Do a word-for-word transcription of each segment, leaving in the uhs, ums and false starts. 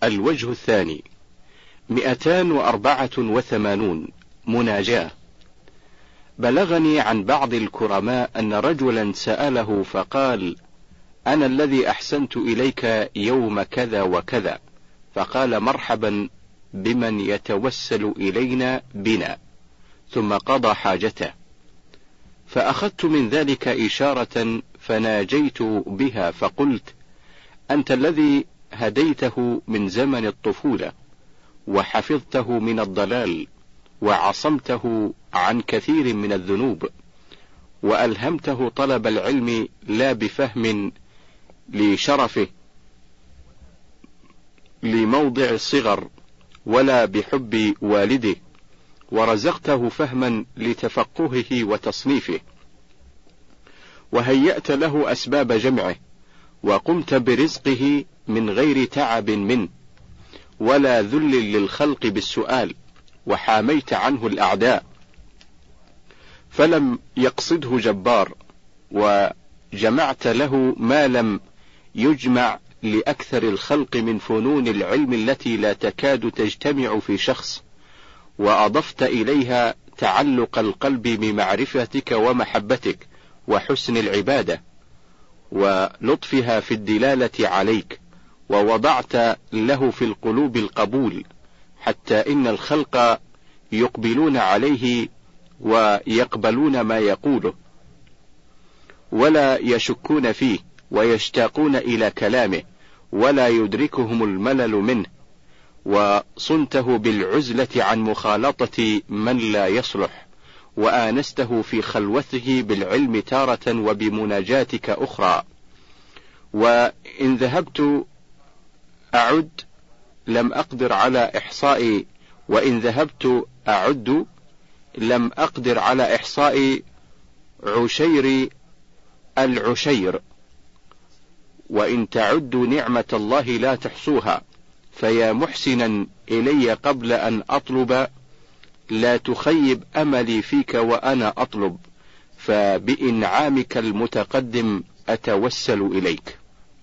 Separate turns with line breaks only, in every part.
الوجه الثاني مئتان وأربعة وثمانون. مناجاة. بلغني عن بعض الكرماء أن رجلا سأله فقال: أنا الذي أحسنت إليك يوم كذا وكذا، فقال: مرحبا بمن يتوسل إلينا بنا، ثم قضى حاجته. فأخذت من ذلك إشارة فناجيت بها فقلت: أنت الذي هديته من زمن الطفولة، وحفظته من الضلال، وعصمته عن كثير من الذنوب، وألهمته طلب العلم لا بفهم لشرفه لموضع الصغر ولا بحب والده، ورزقته فهما لتفقهه وتصنيفه، وهيأت له أسباب جمعه، وقمت برزقه من غير تعب منه ولا ذل للخلق بالسؤال، وحاميت عنه الأعداء، فلم يقصده جبار، وجمعت له ما لم يجمع لأكثر الخلق من فنون العلم التي لا تكاد تجتمع في شخص، وأضفت إليها تعلق القلب بمعرفتك ومحبتك وحسن العبادة ولطفها في الدلالة عليك، ووضعت له في القلوب القبول، حتى إن الخلق يقبلون عليه ويقبلون ما يقوله ولا يشكون فيه، ويشتاقون إلى كلامه، ولا يدركهم الملل منه، وصنته بالعزلة عن مخالطة من لا يصلح، وآنسته في خلوته بالعلم تارة وبمناجاتك أخرى. وإن ذهبت أعد لم أقدر على إحصاء وإن ذهبت أعد لم أقدر على إحصاء عشير العشير، وإن تعدوا نعمة الله لا تحصوها، فيا محسنا إلي قبل أن أطلب لا تخيب أملي فيك وأنا أطلب، فبإنعامك المتقدم أتوسل إليك.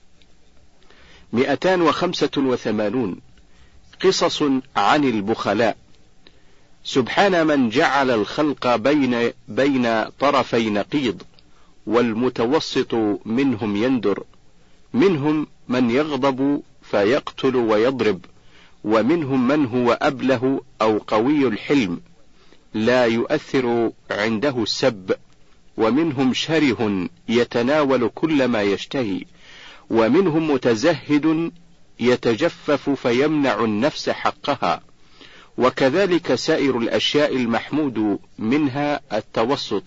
مئتان وخمسة وثمانون. قصص عن البخلاء. سبحان من جعل الخلق بين, بين طرفي نقيض، والمتوسط منهم يندر، منهم من يغضب فيقتل ويضرب، ومنهم من هو أبله أو قوي الحلم لا يؤثر عنده السب، ومنهم شره يتناول كل ما يشتهي، ومنهم متزهد يتجفف فيمنع النفس حقها، وكذلك سائر الأشياء المحمود منها التوسط،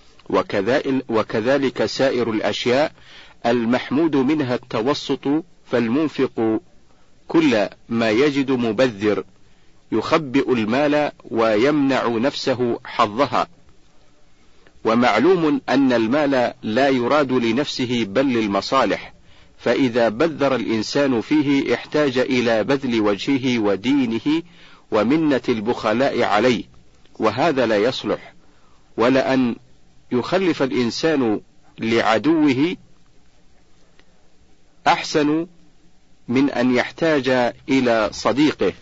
وكذلك سائر الأشياء المحمود منها التوسط، فالمنفق كل ما يجد مبذر، يخبئ المال ويمنع نفسه حظها. ومعلوم أن المال لا يراد لنفسه بل للمصالح، فإذا بذر الإنسان فيه احتاج إلى بذل وجهه ودينه ومنة البخلاء عليه، وهذا لا يصلح. ولأن يخلف الإنسان لعدوه أحسن من أن يحتاج إلى صديقه.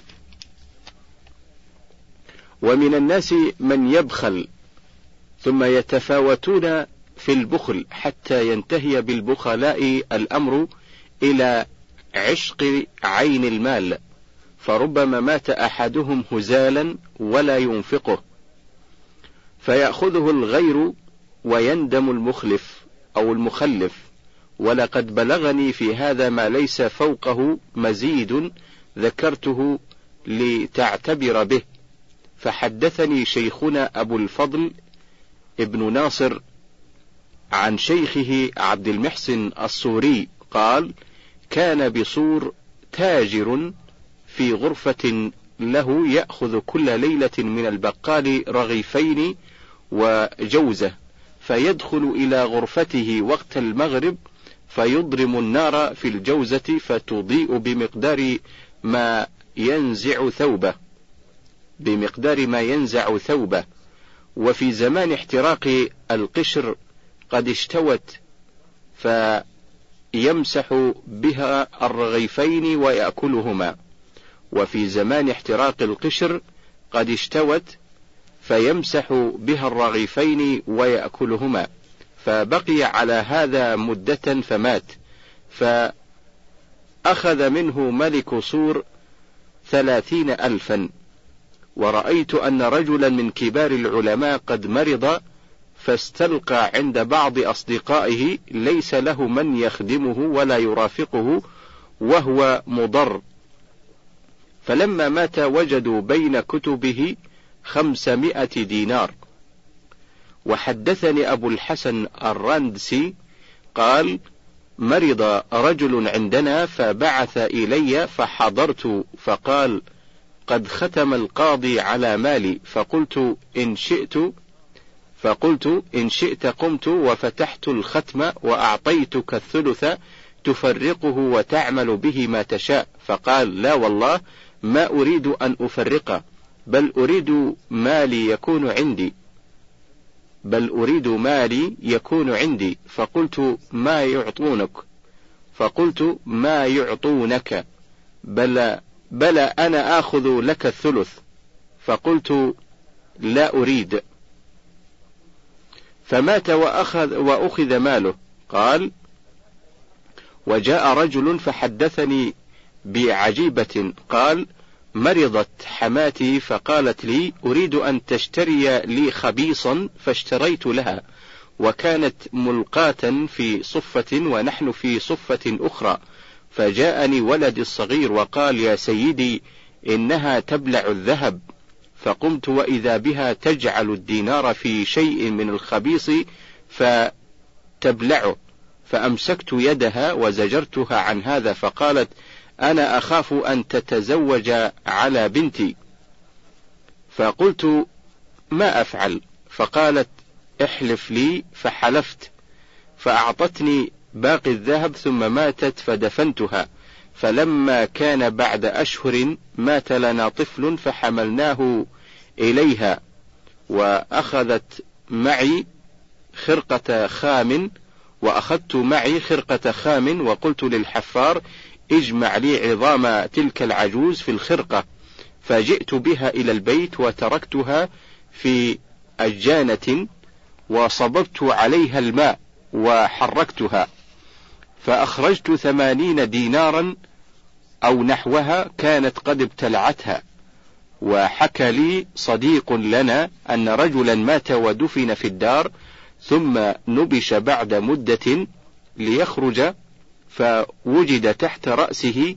ومن الناس من يبخل ثم يتفاوتون في البخل حتى ينتهي بالبخلاء الأمر إلى عشق عين المال، فربما مات أحدهم هزالا ولا ينفقه، فيأخذه الغير ويندم المخلف أو المخلف. ولقد بلغني في هذا ما ليس فوقه مزيد ذكرته لتعتبر به. فحدثني شيخنا أبو الفضل ابن ناصر عن شيخه عبد المحسن الصوري قال: كان بصور تاجر في غرفة له يأخذ كل ليلة من البقال رغيفين وجوزة، فيدخل إلى غرفته وقت المغرب فيضرم النار في الجوزة فتضيء بمقدار ما ينزع ثوبه بمقدار ما ينزع ثوبه وفي زمان احتراق القشر قد اشتوت، فيمسح بها الرغيفين ويأكلهما، وفي زمان احتراق القشر قد اشتوت، فيمسح بها الرغيفين ويأكلهما، فبقي على هذا مدة فمات، فأخذ منه ملك صور ثلاثين ألفا. ورأيت أن رجلا من كبار العلماء قد مرض، فاستلقى عند بعض أصدقائه ليس له من يخدمه ولا يرافقه وهو مضر، فلما مات وجدوا بين كتبه خمسمائة دينار. وحدثني أبو الحسن الراندسي قال: مرض رجل عندنا فبعث إلي فحضرت، فقال: قد ختم القاضي على مالي، فقلت إن شئت فقلت إن شئت قمت وفتحت الختم وأعطيتك الثلث تفرقه وتعمل به ما تشاء. فقال: لا والله ما أريد أن أفرقه، بل أريد مالي يكون عندي بل أريد مالي يكون عندي فقلت: ما يعطونك فقلت ما يعطونك بل بل أنا آخذ لك الثلث. فقلت: لا أريد. فمات وأخذ, وأخذ ماله. قال: وجاء رجل فحدثني بعجيبة، قال: مرضت حماتي فقالت لي: أريد أن تشتري لي خبيصا، فاشتريت لها، وكانت ملقاة في صفة ونحن في صفة أخرى، فجاءني ولدي الصغير وقال: يا سيدي إنها تبلع الذهب. فقمت وإذا بها تجعل الدينار في شيء من الخبيص فتبلعه، فأمسكت يدها وزجرتها عن هذا، فقالت: أنا أخاف أن تتزوج على بنتي. فقلت: ما أفعل؟ فقالت: احلف لي. فحلفت، فأعطتني باقي الذهب ثم ماتت فدفنتها. فلما كان بعد أشهر مات لنا طفل فحملناه إليها، وأخذت معي خرقة خام وأخذت معي خرقة خام وقلت للحفار: اجمع لي عظام تلك العجوز في الخرقة. فجئت بها إلى البيت وتركتها في أجانة وصببت عليها الماء وحركتها، فأخرجت ثمانين دينارا أو نحوها كانت قد ابتلعتها. وحكى لي صديق لنا أن رجلا مات ودفن في الدار، ثم نبش بعد مدة ليخرج، فوجد تحت رأسه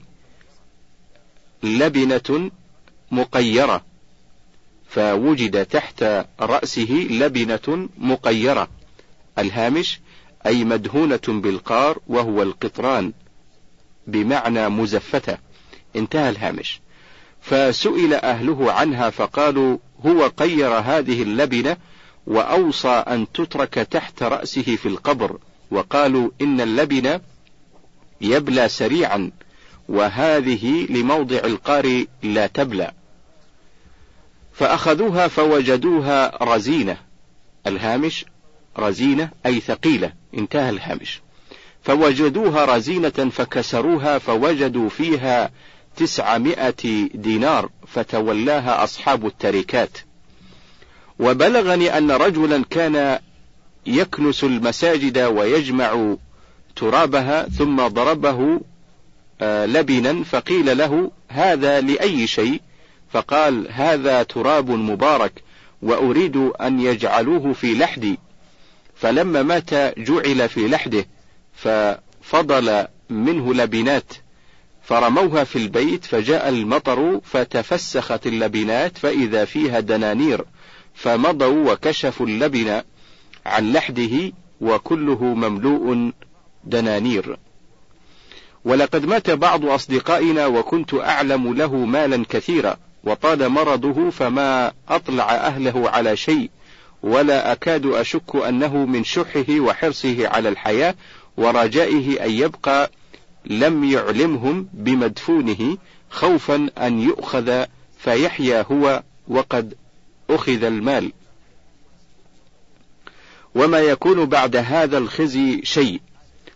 لبنة مقيرة فوجد تحت رأسه لبنة مقيرة الهامش أي مدهونة بالقار، وهو القطران بمعنى مزفتة. انتهى الهامش. فسئل أهله عنها فقالوا: هو قير هذه اللبنة وأوصى أن تترك تحت رأسه في القبر، وقالوا: إن اللبنة يبلى سريعا، وهذه لموضع القار لا تبلى. فأخذوها فوجدوها رزينة الهامش رزينة أي ثقيلة. انتهى الهامش. فوجدوها رزينة فكسروها فوجدوا فيها تسعمائة دينار، فتولاها أصحاب التركات. وبلغني أن رجلا كان يكنس المساجد ويجمع ترابها ثم ضربه لبنا، فقيل له: هذا لأي شيء؟ فقال: هذا تراب مبارك وأريد أن يجعلوه في لحدي. فلما مات جعل في لحده، ففضل منه لبنات فرموها في البيت، فجاء المطر فتفسخت اللبنات فإذا فيها دنانير، فمضوا وكشفوا اللبن عن لحده وكله مملوء دنانير. ولقد مات بعض أصدقائنا وكنت أعلم له مالا كثيرا، وطال مرضه فما أطلع أهله على شيء، ولا أكاد أشك أنه من شحه وحرصه على الحياة ورجائه أن يبقى لم يعلمهم بمدفونه، خوفا أن يؤخذ فيحيا هو وقد أخذ المال. وما يكون بعد هذا الخزي شيء،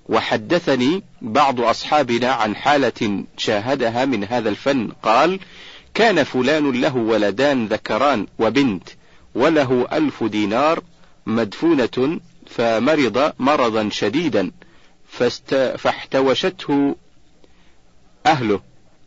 وحدثني بعض أصحابنا عن حالة شاهدها من هذا الفن، قال: كان فلان له ولدان ذكران وبنت، وله ألف دينار مدفونة، فمرض مرضا شديدا فاست... فاحتوشته أهله،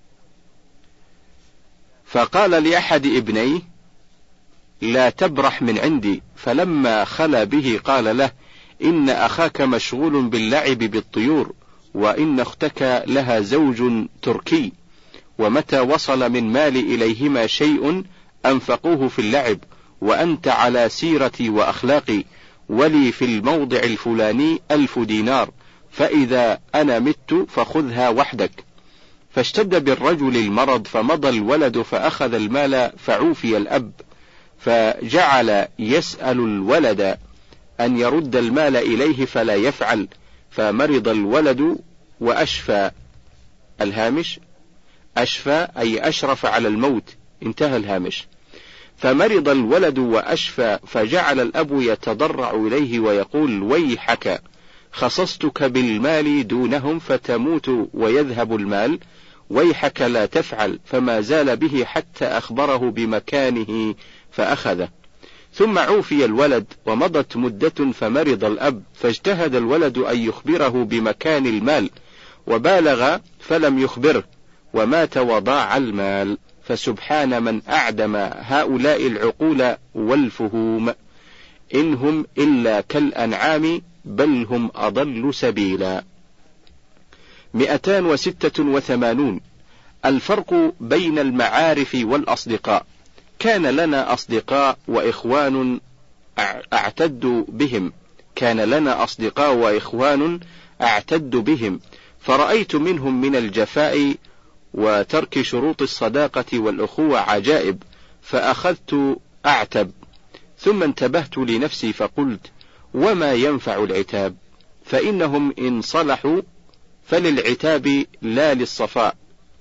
فقال لأحد ابنيه: لا تبرح من عندي. فلما خلا به قال له: إن أخاك مشغول باللعب بالطيور، وإن أختك لها زوج تركي، ومتى وصل من مال إليهما شيء أنفقوه في اللعب، وأنت على سيرتي وأخلاقي، ولي في الموضع الفلاني ألف دينار، فإذا أنا مت فخذها وحدك. فاشتد بالرجل المرض، فمضى الولد فأخذ المال، فعوفي الأب، فجعل يسأل الولد أن يرد المال إليه فلا يفعل، فمرض الولد وأشفى. الهامش: أشفى أي أشرف على الموت، انتهى الهامش. فمرض الولد وأشفى، فجعل الأب يتضرع إليه ويقول: ويحك، خصصتك بالمال دونهم فتموت ويذهب المال، ويحك لا تفعل. فما زال به حتى أخبره بمكانه فأخذه. ثم عوفي الولد ومضت مدة، فمرض الأب، فاجتهد الولد أن يخبره بمكان المال، وبالغ فلم يخبره، ومات وضاع المال. فسبحان من أعدم هؤلاء العقول والفهوم، إن هم إلا كالأنعام بل هم أضل سبيلا. مئتان وستة وثمانون. الفرق بين المعارف والأصدقاء. كان لنا أصدقاء وإخوان أعتد بهم كان لنا أصدقاء وإخوان أعتد بهم فرأيت منهم من الجفاء وترك شروط الصداقة والأخوة عجائب، فأخذت أعتب، ثم انتبهت لنفسي فقلت: وما ينفع العتاب؟ فإنهم إن صلحوا فللعتاب لا للصفاء.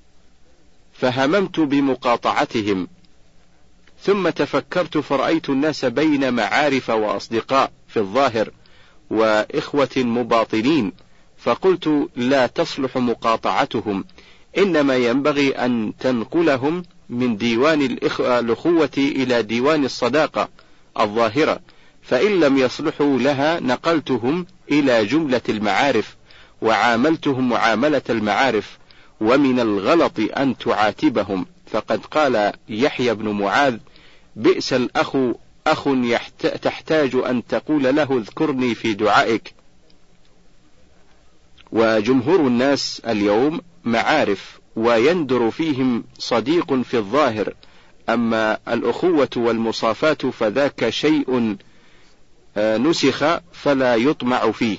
فهممت بمقاطعتهم، ثم تفكرت فرأيت الناس بين معارف وأصدقاء في الظاهر وإخوة مباطنين، فقلت: لا تصلح مقاطعتهم، إنما ينبغي أن تنقلهم من ديوان الأخوة إلى ديوان الصداقة الظاهرة، فإن لم يصلحوا لها نقلتهم إلى جملة المعارف وعاملتهم معاملة المعارف. ومن الغلط أن تعاتبهم، فقد قال يحيى بن معاذ: بئس الأخ أخ يحت... تحتاج أن تقول له اذكرني في دعائك. وجمهور الناس اليوم معارف ويندر فيهم صديق في الظاهر، أما الأخوة والمصافاة فذاك شيء نسخ فلا يطمع فيه.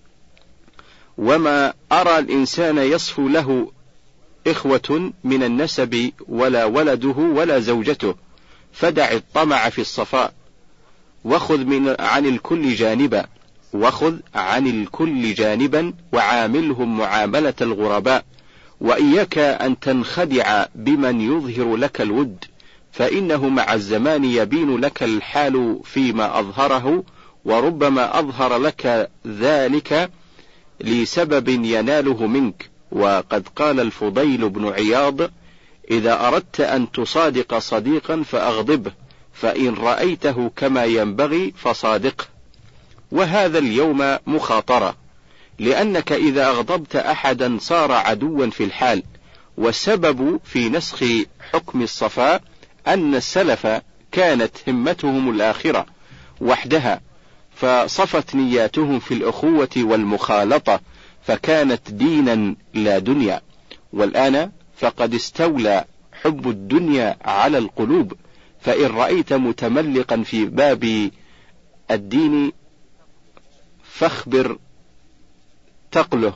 وما أرى الإنسان يصفو له إخوة من النسب ولا ولده ولا زوجته، فدع الطمع في الصفاء، وخذ من عن الكل جانبا وخذ عن الكل جانبا وعاملهم معاملة الغرباء، وإياك أن تنخدع بمن يظهر لك الود، فإنه مع الزمان يبين لك الحال فيما أظهره، وربما أظهر لك ذلك لسبب يناله منك. وقد قال الفضيل بن عياض: إذا أردت أن تصادق صديقا فأغضبه، فإن رأيته كما ينبغي فصادقه. وهذا اليوم مخاطرة، لأنك إذا أغضبت أحدا صار عدوا في الحال. والسبب في نسخ حكم الصفاء أن السلف كانت همتهم الآخرة وحدها، فصفت نياتهم في الأخوة والمخالطة، فكانت دينا لا دنيا. والآن فقد استولى حب الدنيا على القلوب، فإن رأيت متملقا في باب الدين فاخبر تقله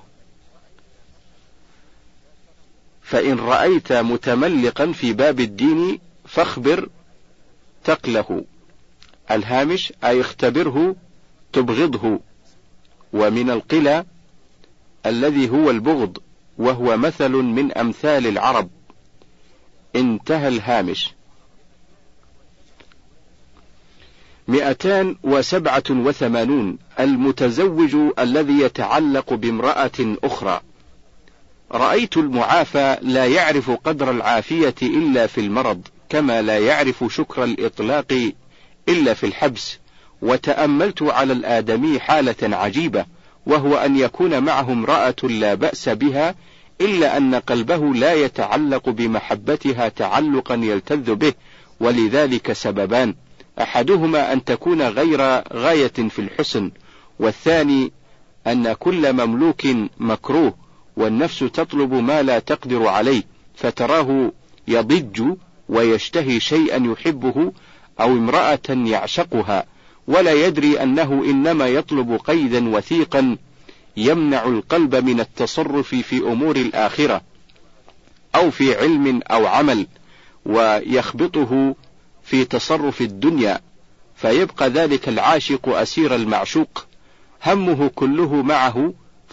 فإن رأيت متملقا في باب الدين فاخبر تقله. الهامش: أي اختبره تبغضه. ومن القلى الذي هو البغض، وهو مثل من أمثال العرب. انتهى الهامش. مئتان وسبعة وثمانون. المتزوج الذي يتعلق بامرأة أخرى. رأيت المعافى لا يعرف قدر العافية إلا في المرض، كما لا يعرف شكر الإطلاق إلا في الحبس. وتأملت على الآدمي حالة عجيبة، وهو أن يكون معه امرأة لا بأس بها، إلا أن قلبه لا يتعلق بمحبتها تعلقا يلتذ به، ولذلك سببان: أحدهما أن تكون غير غاية في الحسن، والثاني أن كل مملوك مكروه، والنفس تطلب ما لا تقدر عليه، فتراه يضج ويشتهي شيئا يحبه أو امرأة يعشقها، ولا يدري أنه إنما يطلب قيدا وثيقا يمنع القلب من التصرف في أمور الآخرة أو في علم أو عمل، ويخبطه في تصرف الدنيا، فيبقى ذلك العاشق أسير المعشوق، همه كله معه.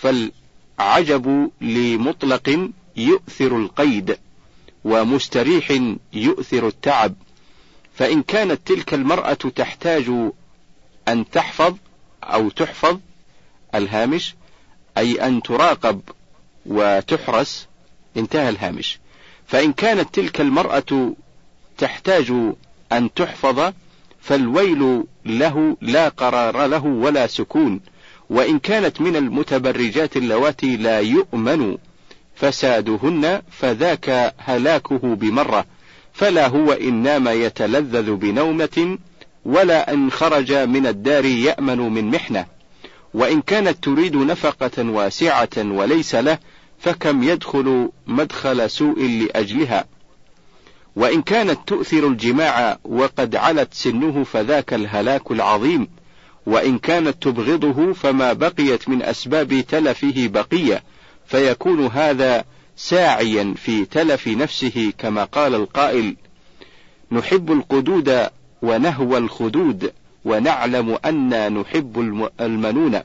فالعجب لمطلق يؤثر القيد، ومستريح يؤثر التعب. فإن كانت تلك المرأة تحتاج أن تحفظ أو تحفظ الهامش أي أن تراقب وتحرس، انتهى الهامش. فإن كانت تلك المرأة تحتاج أن تحفظ فالويل له لا قرار له ولا سكون. وإن كانت من المتبرجات اللواتي لا يؤمن فسادهن فذاك هلاكه بمرة، فلا هو إن نام يتلذذ بنومة، ولا أن خرج من الدار يأمن من محنة. وإن كانت تريد نفقة واسعة وليس له، فكم يدخل مدخل سوء لأجلها. وإن كانت تؤثر الجماع وقد علت سنه فذاك الهلاك العظيم. وإن كانت تبغضه فما بقيت من أسباب تلفه بقية، فيكون هذا ساعيا في تلف نفسه، كما قال القائل: نحب القدود ونهوى الخدود، ونعلم أن نحب المنون.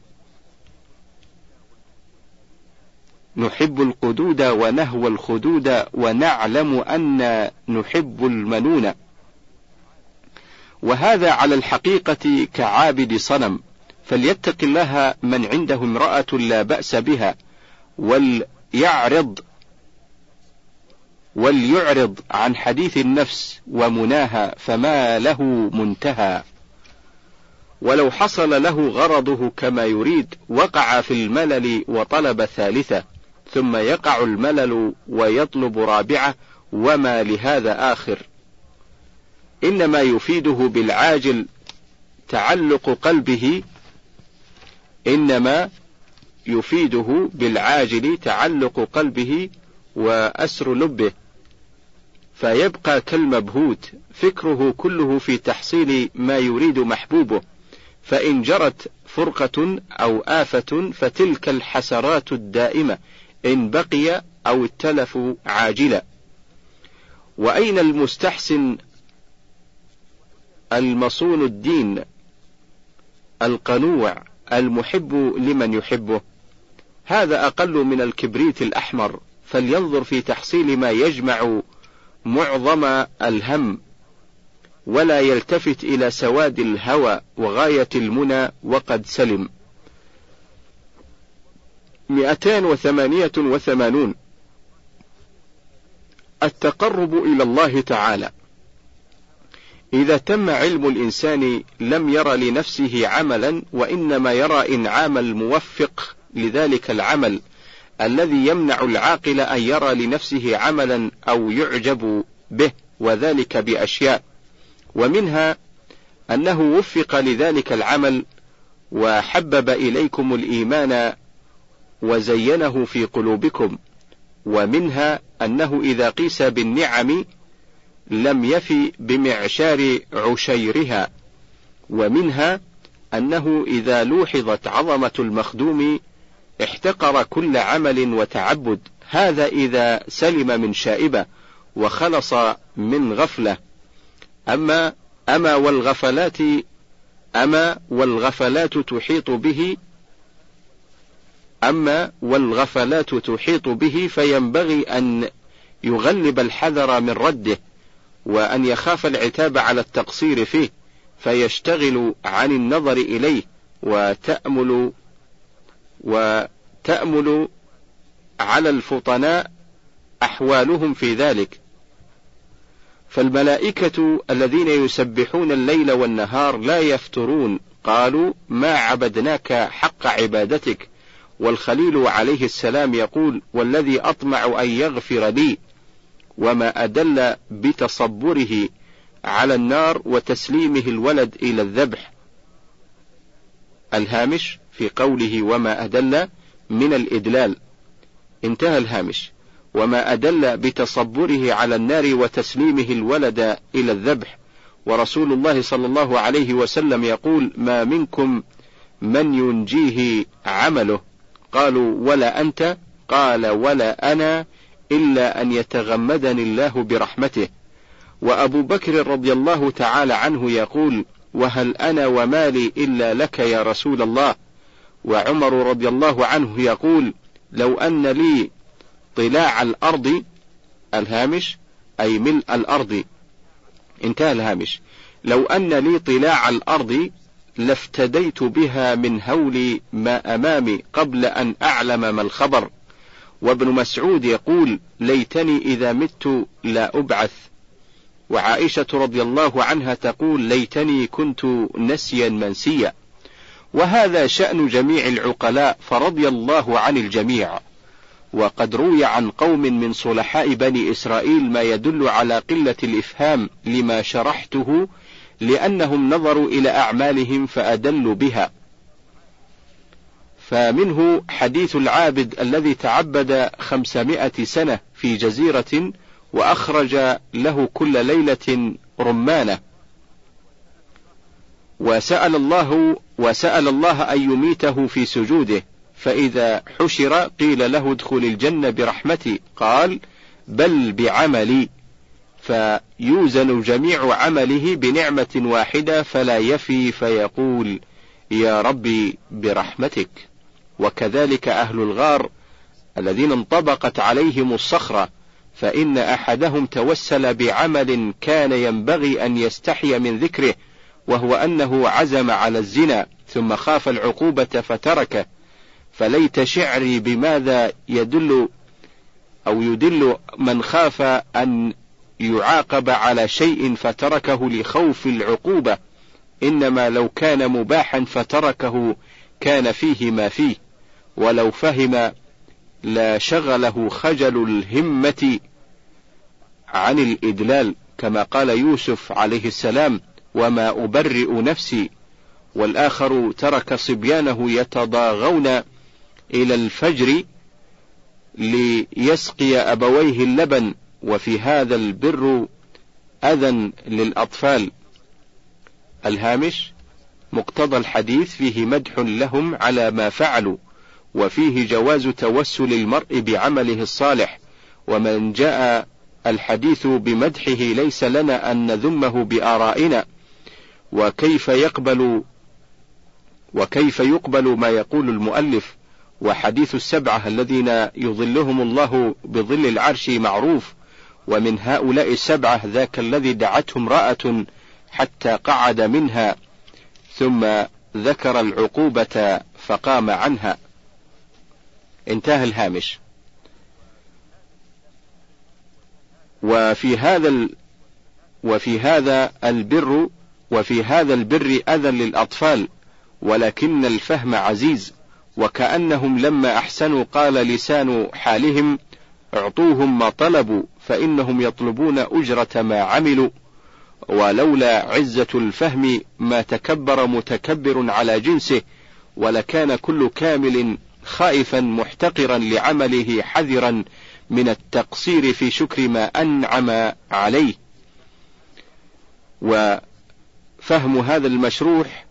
نحب القدود ونهوى الخدود، ونعلم أن نحب المنون. وهذا على الحقيقة كعابد صنم، فليتق الله من عنده امرأة لا بأس بها، وليعرض وليعرض عن حديث النفس ومناها، فما له منتهى. ولو حصل له غرضه كما يريد وقع في الملل وطلب ثالثة، ثم يقع الملل ويطلب رابعة، وما لهذا آخر. إنما يفيده بالعاجل تعلق قلبه إنما يفيده بالعاجل تعلق قلبه وأسر لبه، فيبقى كالمبهوت، فكره كله في تحصيل ما يريد محبوبه. فإن جرت فرقة أو آفة فتلك الحسرات الدائمة، إن بقي أو التلف عاجلا. وأين المستحسن المصون الدين القنوع المحب لمن يحبه؟ هذا أقل من الكبريت الأحمر، فلينظر في تحصيل ما يجمع معظم الهم، ولا يلتفت إلى سواد الهوى وغاية المنى وقد سلم. مئتان وثمانية وثمانون. التقرب إلى الله تعالى. إذا تم علم الإنسان لم يرى لنفسه عملا، وإنما يرى إنعام الموفق لذلك العمل الذي يمنع العاقل أن يرى لنفسه عملا أو يعجب به، وذلك بأشياء، ومنها أنه وفق لذلك العمل وحبب إليكم الإيمان وزينه في قلوبكم، ومنها أنه إذا قيس بالنعم لم يفي بمعشار عشيرها، ومنها أنه إذا لوحظت عظمة المخدوم احتقر كل عمل وتعبد، هذا إذا سلم من شائبة وخلص من غفلة. أما أما والغفلات أما والغفلات تحيط به أما والغفلات تحيط به فينبغي أن يغلب الحذر من رده، وأن يخاف العتاب على التقصير فيه، فيشتغل عن النظر إليه وتأمل وتأمل على الفطناء أحوالهم في ذلك. فالملائكة الذين يسبحون الليل والنهار لا يفترون، قالوا ما عبدناك حق عبادتك. والخليل عليه السلام يقول والذي أطمع أن يغفر لي، وما أدل بتصبره على النار وتسليمه الولد إلى الذبح. الهامش في قوله وما أدل من الإدلال، انتهى الهامش. وما أدل بتصبره على النار وتسليمه الولد إلى الذبح. ورسول الله صلى الله عليه وسلم يقول ما منكم من ينجيه عمله، قالوا ولا أنت؟ قال ولا أنا إلا أن يتغمدني الله برحمته. وأبو بكر رضي الله تعالى عنه يقول وهل أنا ومالي إلا لك يا رسول الله. وعمر رضي الله عنه يقول لو أن لي طلاع الأرض، الهامش أي ملء الأرض، انتهى الهامش، لو أن لي طلاع الأرض لافتديت بها من هول ما أمامي قبل أن أعلم ما الخبر. وابن مسعود يقول ليتني إذا مت لا أبعث. وعائشة رضي الله عنها تقول ليتني كنت نسيا منسيا. وهذا شأن جميع العقلاء فرضي الله عن الجميع. وقد روي عن قوم من صلحاء بني إسرائيل ما يدل على قلة الإفهام لما شرحته، لأنهم نظروا إلى أعمالهم فأدلوا بها. فمنه حديث العابد الذي تعبد خمسمائة سنة في جزيرة وأخرج له كل ليلة رمانة، وسأل الله وسأل الله أن يميته في سجوده، فإذا حشر قيل له ادخل الجنة برحمتي، قال بل بعملي، فيوزن جميع عمله بنعمة واحدة فلا يفي فيقول يا ربي برحمتك. وكذلك أهل الغار الذين انطبقت عليهم الصخرة، فإن أحدهم توسل بعمل كان ينبغي أن يستحي من ذكره، وهو أنه عزم على الزنا ثم خاف العقوبة فتركه. فليت شعري بماذا يدل أو يدل من خاف أن يعاقب على شيء فتركه لخوف العقوبة، إنما لو كان مباحا فتركه كان فيه ما فيه، ولو فهم لا شغله خجل الهمة عن الإدلال، كما قال يوسف عليه السلام وما أبرئ نفسي. والآخر ترك صبيانه يتضاغون إلى الفجر ليسقي أبويه اللبن، وفي هذا البر أذى للأطفال. الهامش مقتضى الحديث فيه مدح لهم على ما فعلوا، وفيه جواز توسل المرء بعمله الصالح، ومن جاء الحديث بمدحه ليس لنا أن نذمه بآرائنا. وكيف يقبل وكيف يقبل ما يقول المؤلف؟ وحديث السبعة الذين يظلهم الله بظل العرش معروف، ومن هؤلاء السبعة ذاك الذي دعته امرأة حتى قعد منها ثم ذكر العقوبة فقام عنها. انتهى الهامش. وفي هذا ال... وفي هذا البر وفي هذا البر أذى للأطفال، ولكن الفهم عزيز، وكأنهم لما أحسنوا قال لسان حالهم اعطوهم ما طلبوا فإنهم يطلبون أجرة ما عملوا. ولولا عزة الفهم ما تكبر متكبر على جنسه، ولكان كل كامل خائفا محتقرا لعمله حذرا من التقصير في شكر ما أنعم عليه. وفهم هذا المشروح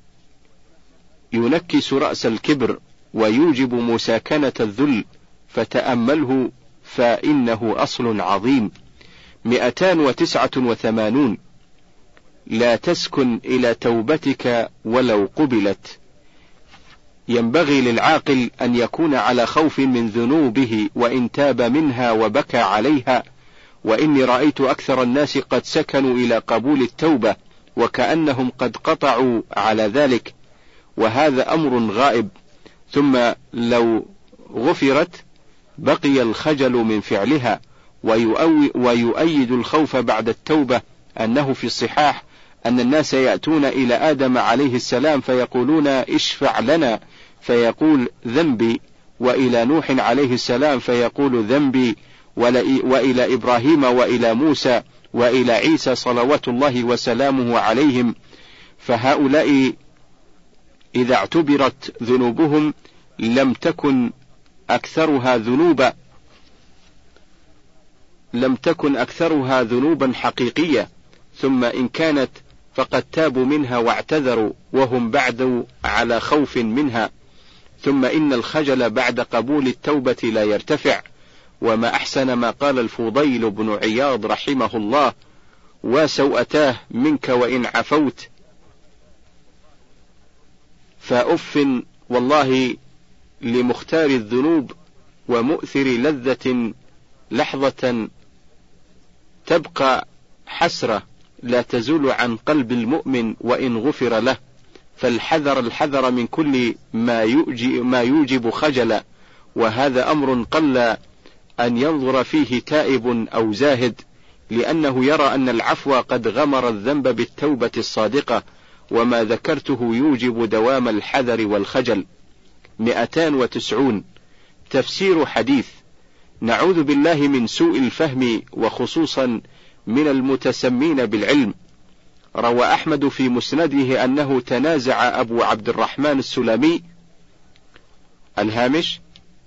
ينكس رأس الكبر ويوجب مساكنة الذل، فتأمله فإنه أصل عظيم. مئتان وتسعة وثمانون. لا تسكن إلى توبتك ولو قبلت. ينبغي للعاقل أن يكون على خوف من ذنوبه وإن تاب منها وبكى عليها. وإني رأيت أكثر الناس قد سكنوا إلى قبول التوبة وكأنهم قد قطعوا على ذلك، وهذا أمر غائب. ثم لو غفرت بقي الخجل من فعلها، ويؤيد الخوف بعد التوبة أنه في الصحاح أن الناس يأتون إلى آدم عليه السلام فيقولون اشفع لنا فيقول ذنبي، وإلى نوح عليه السلام فيقول ذنبي، وإلى إبراهيم وإلى موسى وإلى عيسى صلوات الله وسلامه عليهم. فهؤلاء إذا اعتبرت ذنوبهم لم تكن أكثرها ذنوبا لم تكن أكثرها ذنوبا حقيقية، ثم إن كانت فقد تابوا منها واعتذروا وهم بعد على خوف منها. ثم إن الخجل بعد قبول التوبة لا يرتفع. وما أحسن ما قال الفضيل بن عياض رحمه الله: وسوءتاه منك وإن عفوت، فأف والله لمختار الذنوب ومؤثر لذة لحظة تبقى حسرة لا تزول عن قلب المؤمن وإن غفر له. فالحذر الحذر من كل ما يوجب, ما يوجب خجلا، وهذا أمر قل أن ينظر فيه تائب أو زاهد، لأنه يرى أن العفو قد غمر الذنب بالتوبة الصادقة، وما ذكرته يوجب دوام الحذر والخجل. مئتان وتسعون. تفسير حديث: نعوذ بالله من سوء الفهم، وخصوصا من المتسمين بالعلم. روى أحمد في مسنده أنه تنازع أبو عبد الرحمن السلمي. الهامش: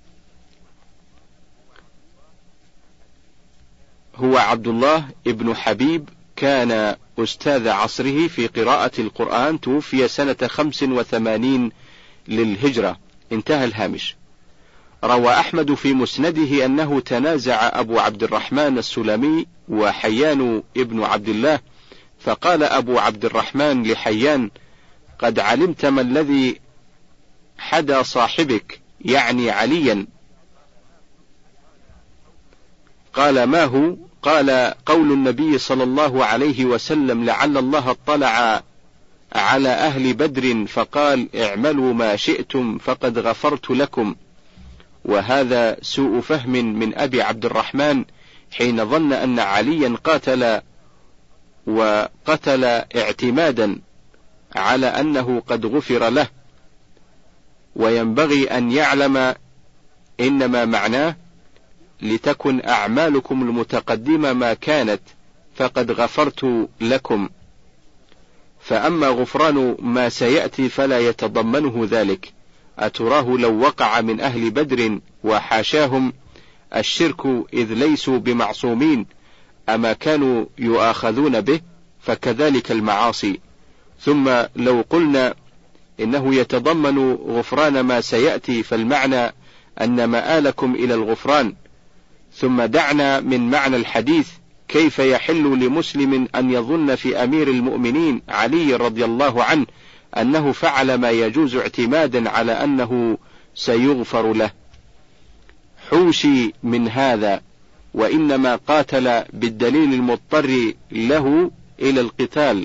هو عبد الله ابن حبيب، كان أستاذ عصره في قراءة القرآن، توفي سنة خمس وثمانين للهجرة. انتهى الهامش. روى أحمد في مسنده أنه تنازع أبو عبد الرحمن السلمي وحيان ابن عبد الله، فقال أبو عبد الرحمن لحيان: قد علمت ما الذي حدى صاحبك، يعني عليا. قال: ما هو؟ قال: قول النبي صلى الله عليه وسلم: لعل الله اطلع على أهل بدر فقال: اعملوا ما شئتم فقد غفرت لكم. وهذا سوء فهم من أبي عبد الرحمن حين ظن أن عليا قاتل وقتل اعتمادا على أنه قد غفر له، وينبغي أن يعلم إنما معناه: لتكن أعمالكم المتقدمة ما كانت فقد غفرت لكم. فأما غفران ما سيأتي فلا يتضمنه ذلك. أتراه لو وقع من أهل بدر وحاشاهم الشرك إذ ليسوا بمعصومين أما كانوا يؤاخذون به؟ فكذلك المعاصي. ثم لو قلنا إنه يتضمن غفران ما سيأتي فالمعنى أن مآلكم إلى الغفران. ثم دعنا من معنى الحديث: كيف يحل لمسلم أن يظن في أمير المؤمنين علي رضي الله عنه أنه فعل ما يجوز اعتمادا على أنه سيغفر له؟ حوشي من هذا، وإنما قاتل بالدليل المضطر له إلى القتال،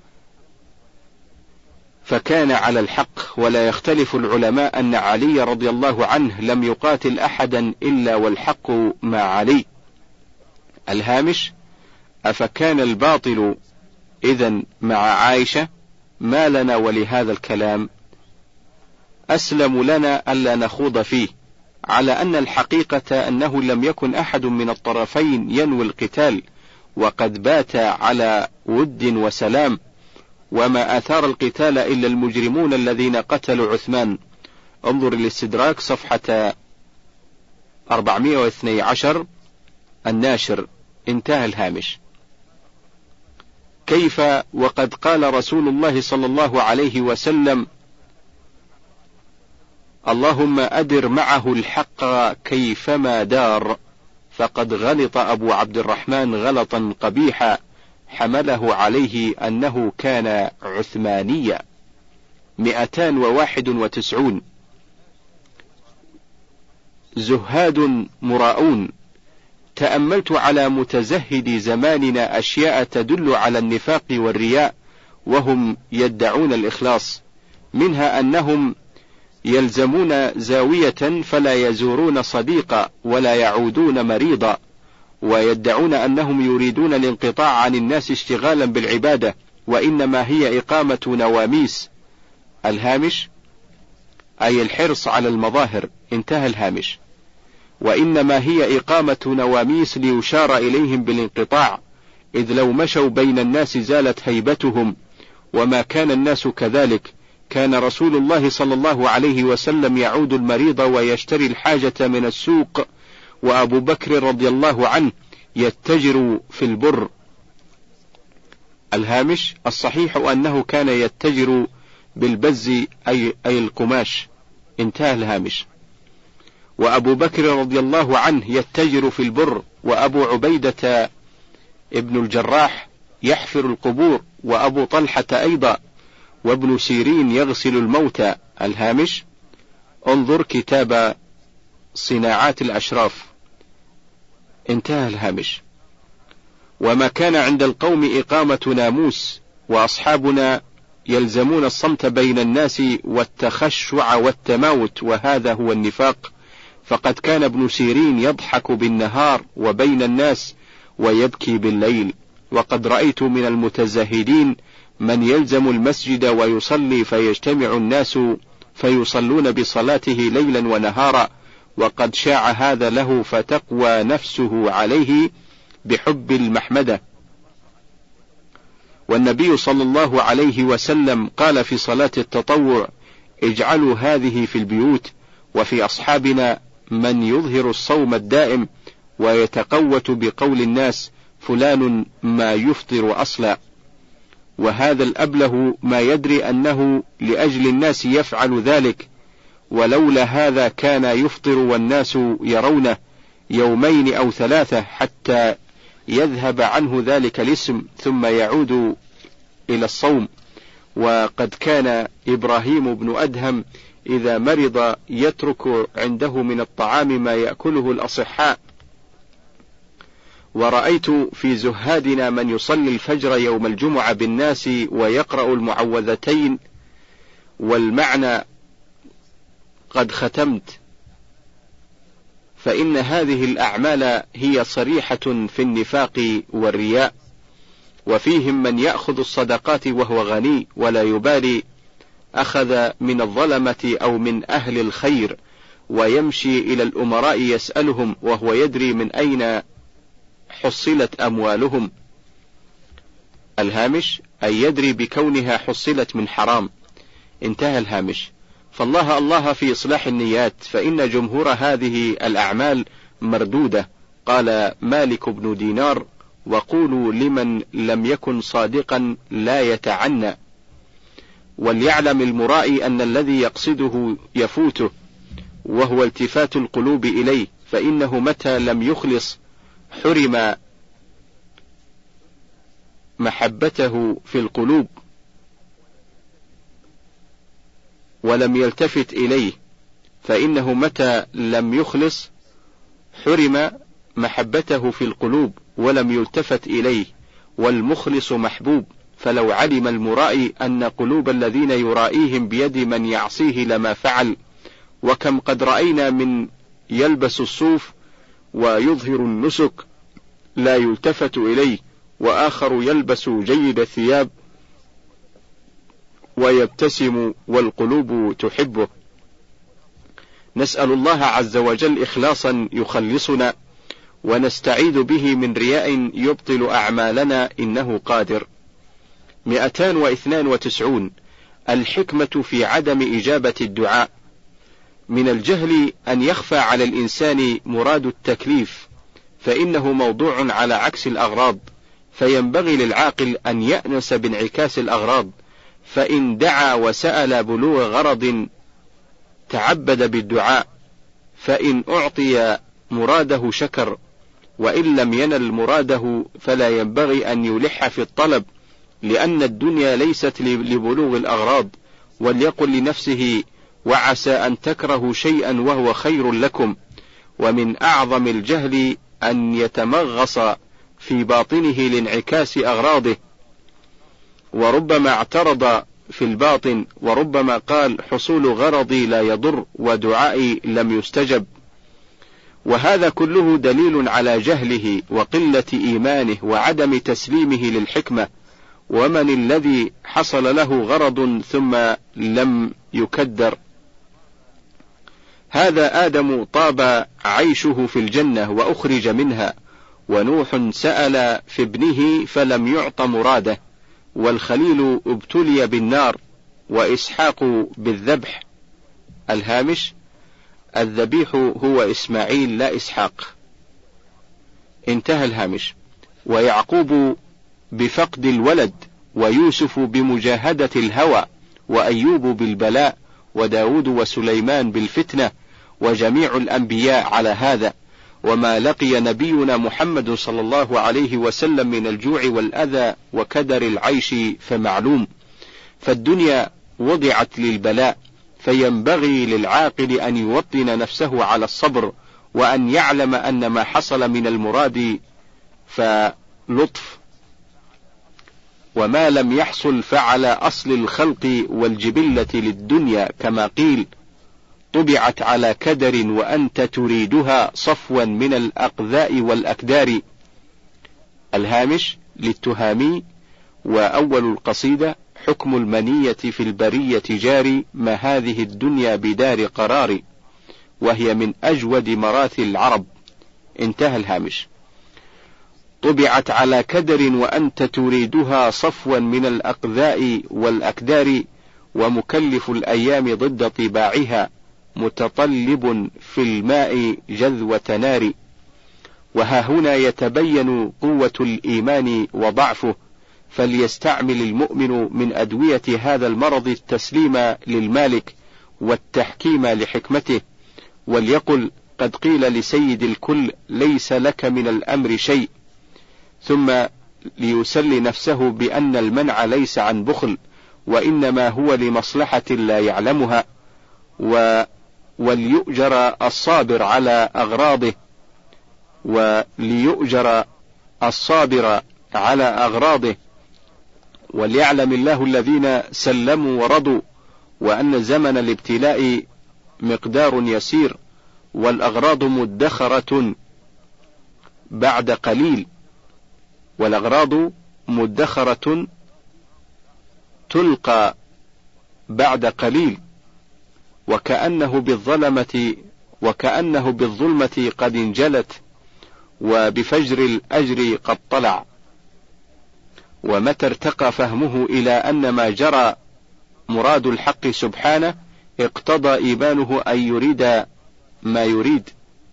فكان على الحق. ولا يختلف العلماء أن علي رضي الله عنه لم يقاتل أحدا إلا والحق مع علي. الهامش: أفكان الباطل إذن مع عائشة؟ ما لنا ولهذا الكلام؟ أسلم لنا ألا نخوض فيه، على أن الحقيقة أنه لم يكن أحد من الطرفين ينوي القتال، وقد بات على ود وسلام، وما أثار القتال إلا المجرمون الذين قتلوا عثمان. انظر الاستدراك صفحة أربعمائة واثني عشر الناشر. انتهى الهامش. كيف وقد قال رسول الله صلى الله عليه وسلم: اللهم أدر معه الحق كيفما دار. فقد غلط أبو عبد الرحمن غلطا قبيحا حمله عليه أنه كان عثمانيا. مئتان وواحد وتسعون. زهاد مراؤون. تأملت على متزهد زماننا أشياء تدل على النفاق والرياء وهم يدعون الإخلاص، منها أنهم يلزمون زاوية فلا يزورون صديقا ولا يعودون مريضا، ويدعون أنهم يريدون الانقطاع عن الناس اشتغالا بالعبادة، وإنما هي إقامة نواميس. الهامش أي الحرص على المظاهر. انتهى الهامش. وإنما هي إقامة نواميس ليشار إليهم بالانقطاع، إذ لو مشوا بين الناس زالت هيبتهم، وما كان الناس كذلك. كان رسول الله صلى الله عليه وسلم يعود المريض ويشتري الحاجة من السوق، وأبو بكر رضي الله عنه يتجر في البر. الهامش الصحيح أنه كان يتجر بالبز أي, أي القماش. انتهى الهامش. وأبو بكر رضي الله عنه يتجر في البر، وأبو عبيدة ابن الجراح يحفر القبور، وأبو طلحة أيضا، وابن سيرين يغسل الموتى. الهامش انظر كتاب صناعات الأشراف. انتهى الهامش. وما كان عند القوم إقامة ناموس، وأصحابنا يلزمون الصمت بين الناس والتخشع والتماوت، وهذا هو النفاق. فقد كان ابن سيرين يضحك بالنهار وبين الناس ويبكي بالليل. وقد رأيت من المتزاهدين من يلزم المسجد ويصلي فيجتمع الناس فيصلون بصلاته ليلا ونهارا، وقد شاع هذا له فتقوى نفسه عليه بحب المحمدة. والنبي صلى الله عليه وسلم قال في صلاة التطوع: اجعلوا هذه في البيوت. وفي أصحابنا من يظهر الصوم الدائم ويتقوت بقول الناس: فلان ما يفطر أصلا. وهذا الأبله ما يدري أنه لأجل الناس يفعل ذلك، ولولا هذا كان يفطر والناس يرونه يومين أو ثلاثة حتى يذهب عنه ذلك الاسم ثم يعود إلى الصوم. وقد كان إبراهيم بن أدهم إذا مرض يترك عنده من الطعام ما يأكله الأصحاء. ورأيت في زهادنا من يصلي الفجر يوم الجمعة بالناس ويقرأ المعوذتين والمعنى قد ختمت. فإن هذه الأعمال هي صريحة في النفاق والرياء. وفيهم من يأخذ الصدقات وهو غني ولا يبالي أخذ من الظلمة أو من أهل الخير، ويمشي إلى الأمراء يسألهم وهو يدري من أين حصلت أموالهم. الهامش أي يدري بكونها حصلت من حرام. انتهى الهامش. فالله الله في إصلاح النيات، فإن جمهور هذه الأعمال مردودة. قال مالك بن دينار: وقولوا لمن لم يكن صادقا لا يتعنى. وليعلم المرائي أن الذي يقصده يفوته، وهو التفات القلوب إليه، فإنه متى لم يخلص حرم محبته في القلوب ولم يلتفت إليه، فإنه متى لم يخلص حرم محبته في القلوب ولم يلتفت إليه، والمخلص محبوب. فلو علم المرائي أن قلوب الذين يرائيهم بيد من يعصيه لما فعل. وكم قد رأينا من يلبس الصوف ويظهر النسك لا يلتفت إليه، وآخر يلبس جيد الثياب ويبتسم والقلوب تحبه. نسأل الله عز وجل إخلاصا يخلصنا، ونستعيذ به من رياء يبطل أعمالنا، إنه قادر. مئتان واثنان وتسعون. الحكمة في عدم إجابة الدعاء. من الجهل أن يخفى على الإنسان مراد التكليف، فإنه موضوع على عكس الأغراض، فينبغي للعاقل أن يأنس بانعكاس الأغراض. فإن دعا وسأل بلوغ غرض تعبد بالدعاء، فإن أعطي مراده شكر، وإن لم ينل مراده فلا ينبغي أن يلح في الطلب، لأن الدنيا ليست لبلوغ الأغراض. وليقل لنفسه: وعسى أن تكرهوا شيئا وهو خير لكم. ومن أعظم الجهل أن يتمغص في باطنه لانعكاس أغراضه. وربما اعترض في الباطن، وربما قال حصول غرضي لا يضر ودعائي لم يستجب، وهذا كله دليل على جهله وقلة إيمانه وعدم تسليمه للحكمة. ومن الذي حصل له غرض ثم لم يكدر؟ هذا آدم طاب عيشه في الجنة وأخرج منها، ونوح سأل في ابنه فلم يعط مراده، والخليل ابتلي بالنار، وإسحاق بالذبح. الهامش: الذبيح هو إسماعيل لا إسحاق. انتهى الهامش. ويعقوب بفقد الولد، ويوسف بمجاهدة الهوى، وأيوب بالبلاء، وداود وسليمان بالفتنة، وجميع الأنبياء على هذا. وما لقي نبينا محمد صلى الله عليه وسلم من الجوع والأذى وكدر العيش فمعلوم. فالدنيا وضعت للبلاء، فينبغي للعاقل أن يوطن نفسه على الصبر، وأن يعلم أن ما حصل من المراد فلطف، وما لم يحصل فعلى أصل الخلق والجبلة للدنيا، كما قيل: طبعت على كدر وأنت تريدها صفوا من الأقذاء والأكدار. الهامش للتهامي. وأول القصيدة: حكم المنية في البرية جاري، ما هذه الدنيا بدار قرار، وهي من أجود مراثي العرب. انتهى الهامش. طبعت على كدر وأنت تريدها صفوا من الأقذاء والأكدار، ومكلف الأيام ضد طباعها، متطلب في الماء جذوة نار. وها هنا يتبين قوة الإيمان وضعفه، فليستعمل المؤمن من أدوية هذا المرض التسليم للمالك والتحكيم لحكمته، وليقل: قد قيل لسيد الكل ليس لك من الأمر شيء، ثم ليسلي نفسه بأن المنع ليس عن بخل، وإنما هو لمصلحة لا يعلمها، و وليؤجر الصابر على أغراضه وليؤجر الصابر على أغراضه وليعلم الله الذين سلموا ورضوا، وأن زمن الابتلاء مقدار يسير، والأغراض مدخرة بعد قليل، والأغراض مدخرة تلقى بعد قليل، وكأنه بالظلمة وكأنه بالظلمة قد انجلت، وبفجر الأجر قد طلع. ومتى ارتقى فهمه إلى أن ما جرى مراد الحق سبحانه، اقتضى إيمانه أن يريد ما يريد،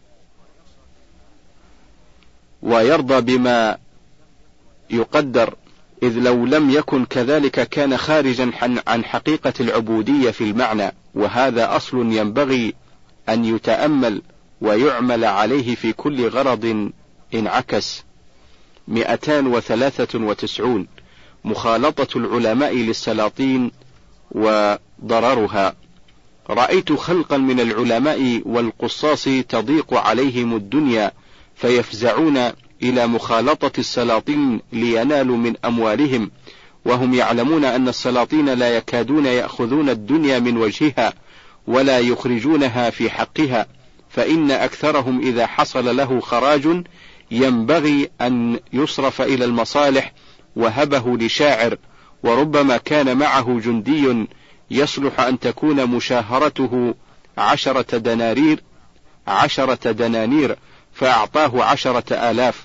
ويرضى بما يقدر، إذ لو لم يكن كذلك كان خارجا عن حقيقة العبودية في المعنى. وهذا أصل ينبغي أن يتأمل ويعمل عليه في كل غرض انعكس. مئتان وثلاثة وتسعون: مخالطة العلماء للسلاطين وضررها. رأيت خلقا من العلماء والقصاص تضيق عليهم الدنيا، فيفزعون إلى مخالطة السلاطين لينالوا من أموالهم، وهم يعلمون أن السلاطين لا يكادون يأخذون الدنيا من وجهها ولا يخرجونها في حقها، فإن أكثرهم إذا حصل له خراج ينبغي أن يصرف إلى المصالح وهبه لشاعر، وربما كان معه جندي يصلح أن تكون مشاهرته عشرة دنانير عشرة دنانير فأعطاه عشرة آلاف،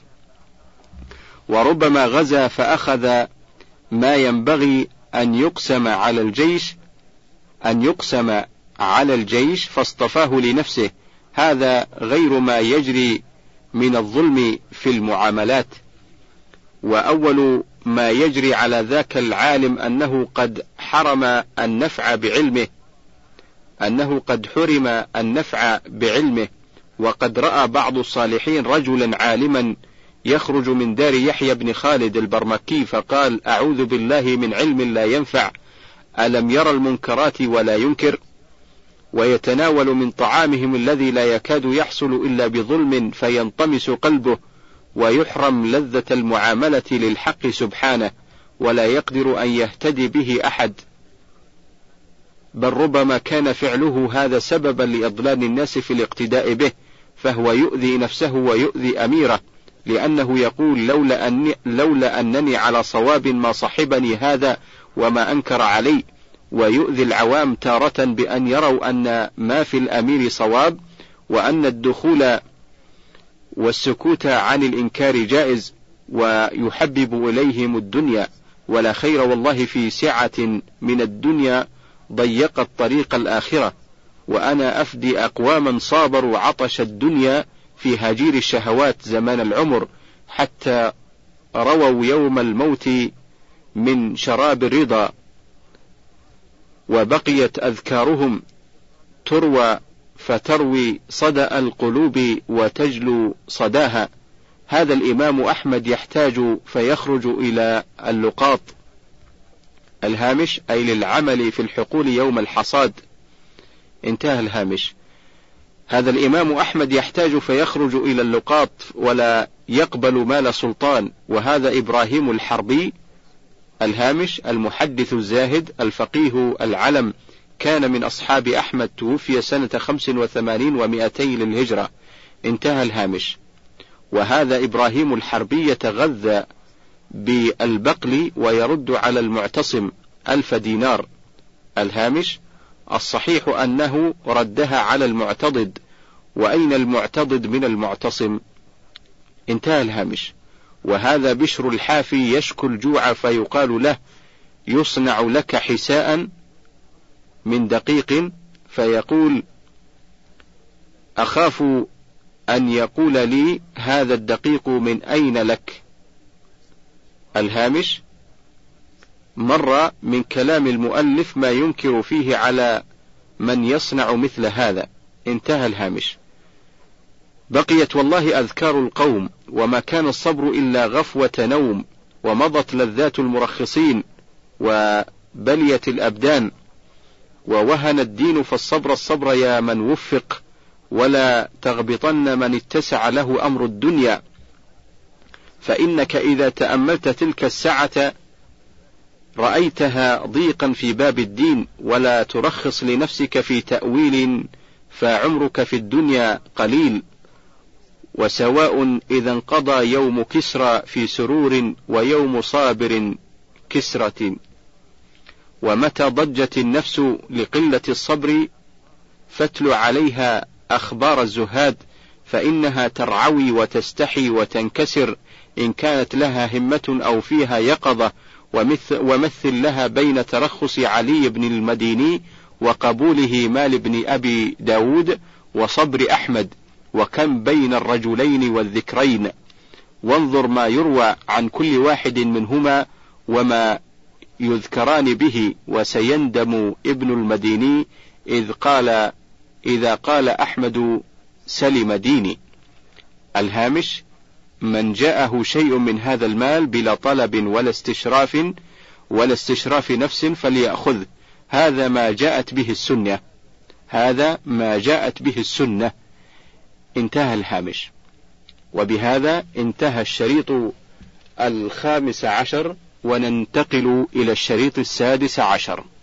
وربما غزا فأخذ ما ينبغي أن يقسم على الجيش أن يقسم على الجيش فاصطفاه لنفسه. هذا غير ما يجري من الظلم في المعاملات. وأول ما يجري على ذاك العالم أنه قد حرم النفع بعلمه أنه قد حرم النفع بعلمه وقد رأى بعض الصالحين رجلا عالما يخرج من دار يحيى بن خالد البرمكي فقال: أعوذ بالله من علم لا ينفع، ألم يرى المنكرات ولا ينكر؟ ويتناول من طعامهم الذي لا يكاد يحصل إلا بظلم فينطمس قلبه، ويحرم لذة المعاملة للحق سبحانه، ولا يقدر أن يهتدي به أحد، بل ربما كان فعله هذا سببا لإضلال الناس في الاقتداء به، فهو يؤذي نفسه ويؤذي أميره، لأنه يقول لولا, أني لولا أنني على صواب ما صحبني هذا وما أنكر علي، ويؤذي العوام تارة بأن يروا أن ما في الأمير صواب، وأن الدخول والسكوت عن الإنكار جائز، ويحبب إليهم الدنيا، ولا خير والله في سعة من الدنيا ضيقت طريق الآخرة، وأنا أفدي أقواما صابروا عطش الدنيا في هجير الشهوات زمان العمر، حتى رووا يوم الموت من شراب الرضا، وبقيت أذكارهم تروى فتروي صدأ القلوب وتجلو صداها. هذا الإمام أحمد يحتاج فيخرج إلى اللقاط. الهامش أي للعمل في الحقول يوم الحصاد. انتهى الهامش. هذا الإمام أحمد يحتاج فيخرج إلى اللقاط ولا يقبل مال سلطان. وهذا إبراهيم الحربي. الهامش المحدث الزاهد الفقيه العلم، كان من أصحاب أحمد، توفي سنة خمس وثمانين ومئتين للهجرة. انتهى الهامش. وهذا إبراهيم الحربي يتغذى بالبقل ويرد على المعتصم ألف دينار. الهامش الصحيح أنه ردها على المعتضد، وأين المعتضد من المعتصم؟ انتهى الهامش. وهذا بشر الحافي يشكو الجوع فيقال له يصنع لك حساء من دقيق، فيقول أخاف أن يقول لي هذا الدقيق من أين لك. الهامش مر من كلام المؤلف ما ينكر فيه على من يصنع مثل هذا. انتهى الهامش. بقيت والله أذكار القوم، وما كان الصبر إلا غفوة نوم، ومضت لذات المرخصين، وبليت الأبدان، ووهن الدين فالصبر الصبر يا من وفق، ولا تغبطن من اتسع له أمر الدنيا، فإنك إذا تأملت تلك السعة رأيتها ضيقا في باب الدين، ولا ترخص لنفسك في تأويل، فعمرك في الدنيا قليل. وسواء إذا انقضى يوم كسرى في سرور، ويوم صابر كسرة. ومتى ضجت النفس لقلة الصبر فاتل عليها أخبار الزهاد، فإنها ترعوي وتستحي وتنكسر إن كانت لها همة أو فيها يقظة. ومثل, ومثل لها بين ترخص علي بن المديني وقبوله مال بن أبي داود وصبر أحمد، وكم بين الرجلين والذكرين. وانظر ما يروى عن كل واحد منهما وما يذكران به. وسيندم ابن المديني إذ قال إذا قال أحمد سلم ديني. الهامش من جاءه شيء من هذا المال بلا طلب ولا استشراف ولا استشراف نفس فليأخذ، هذا ما جاءت به السنة، هذا ما جاءت به السنة. انتهى الهامش. وبهذا انتهى الشريط الخامس عشر، وننتقل إلى الشريط السادس عشر.